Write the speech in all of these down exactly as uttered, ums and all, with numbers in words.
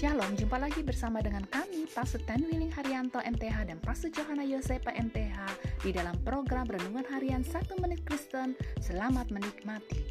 Shalom, jumpa lagi bersama dengan kami, Pastor Ten Willing Haryanto M T H dan Pastor Johanna Yosepa M T H di dalam program Renungan Harian satu Menit Kristen. Selamat menikmati.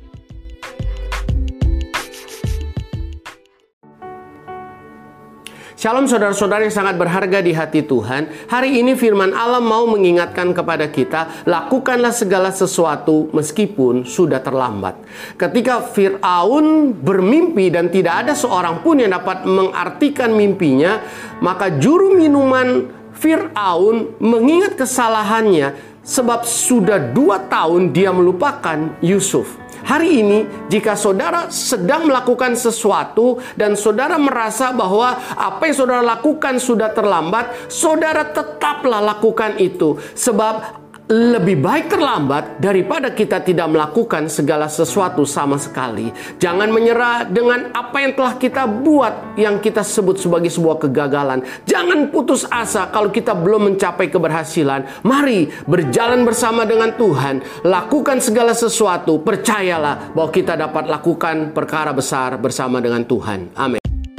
Shalom saudara-saudara yang sangat berharga di hati Tuhan. Hari ini firman Allah mau mengingatkan kepada kita, lakukanlah segala sesuatu meskipun sudah terlambat. Ketika Fir'aun bermimpi dan tidak ada seorang pun yang dapat mengartikan mimpinya, maka juru minuman Fir'aun mengingat kesalahannya sebab sudah dua tahun dia melupakan Yusuf. Hari ini, jika saudara sedang melakukan sesuatu dan saudara merasa bahwa apa yang saudara lakukan sudah terlambat, saudara tetaplah lakukan itu. Sebab lebih baik terlambat daripada kita tidak melakukan segala sesuatu sama sekali. Jangan menyerah dengan apa yang telah kita buat yang kita sebut sebagai sebuah kegagalan. Jangan putus asa kalau kita belum mencapai keberhasilan. Mari berjalan bersama dengan Tuhan. Lakukan segala sesuatu. Percayalah bahwa kita dapat lakukan perkara besar bersama dengan Tuhan. Amin.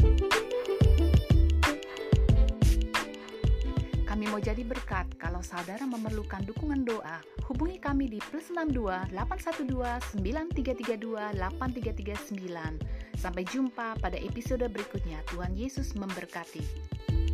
Kami mau jadi berkat. Kalau saudara memerlukan dukungan doa, hubungi kami di plus enam dua delapan satu dua sembilan tiga tiga dua delapan tiga tiga sembilan. Sampai jumpa pada episode berikutnya. Tuhan Yesus memberkati.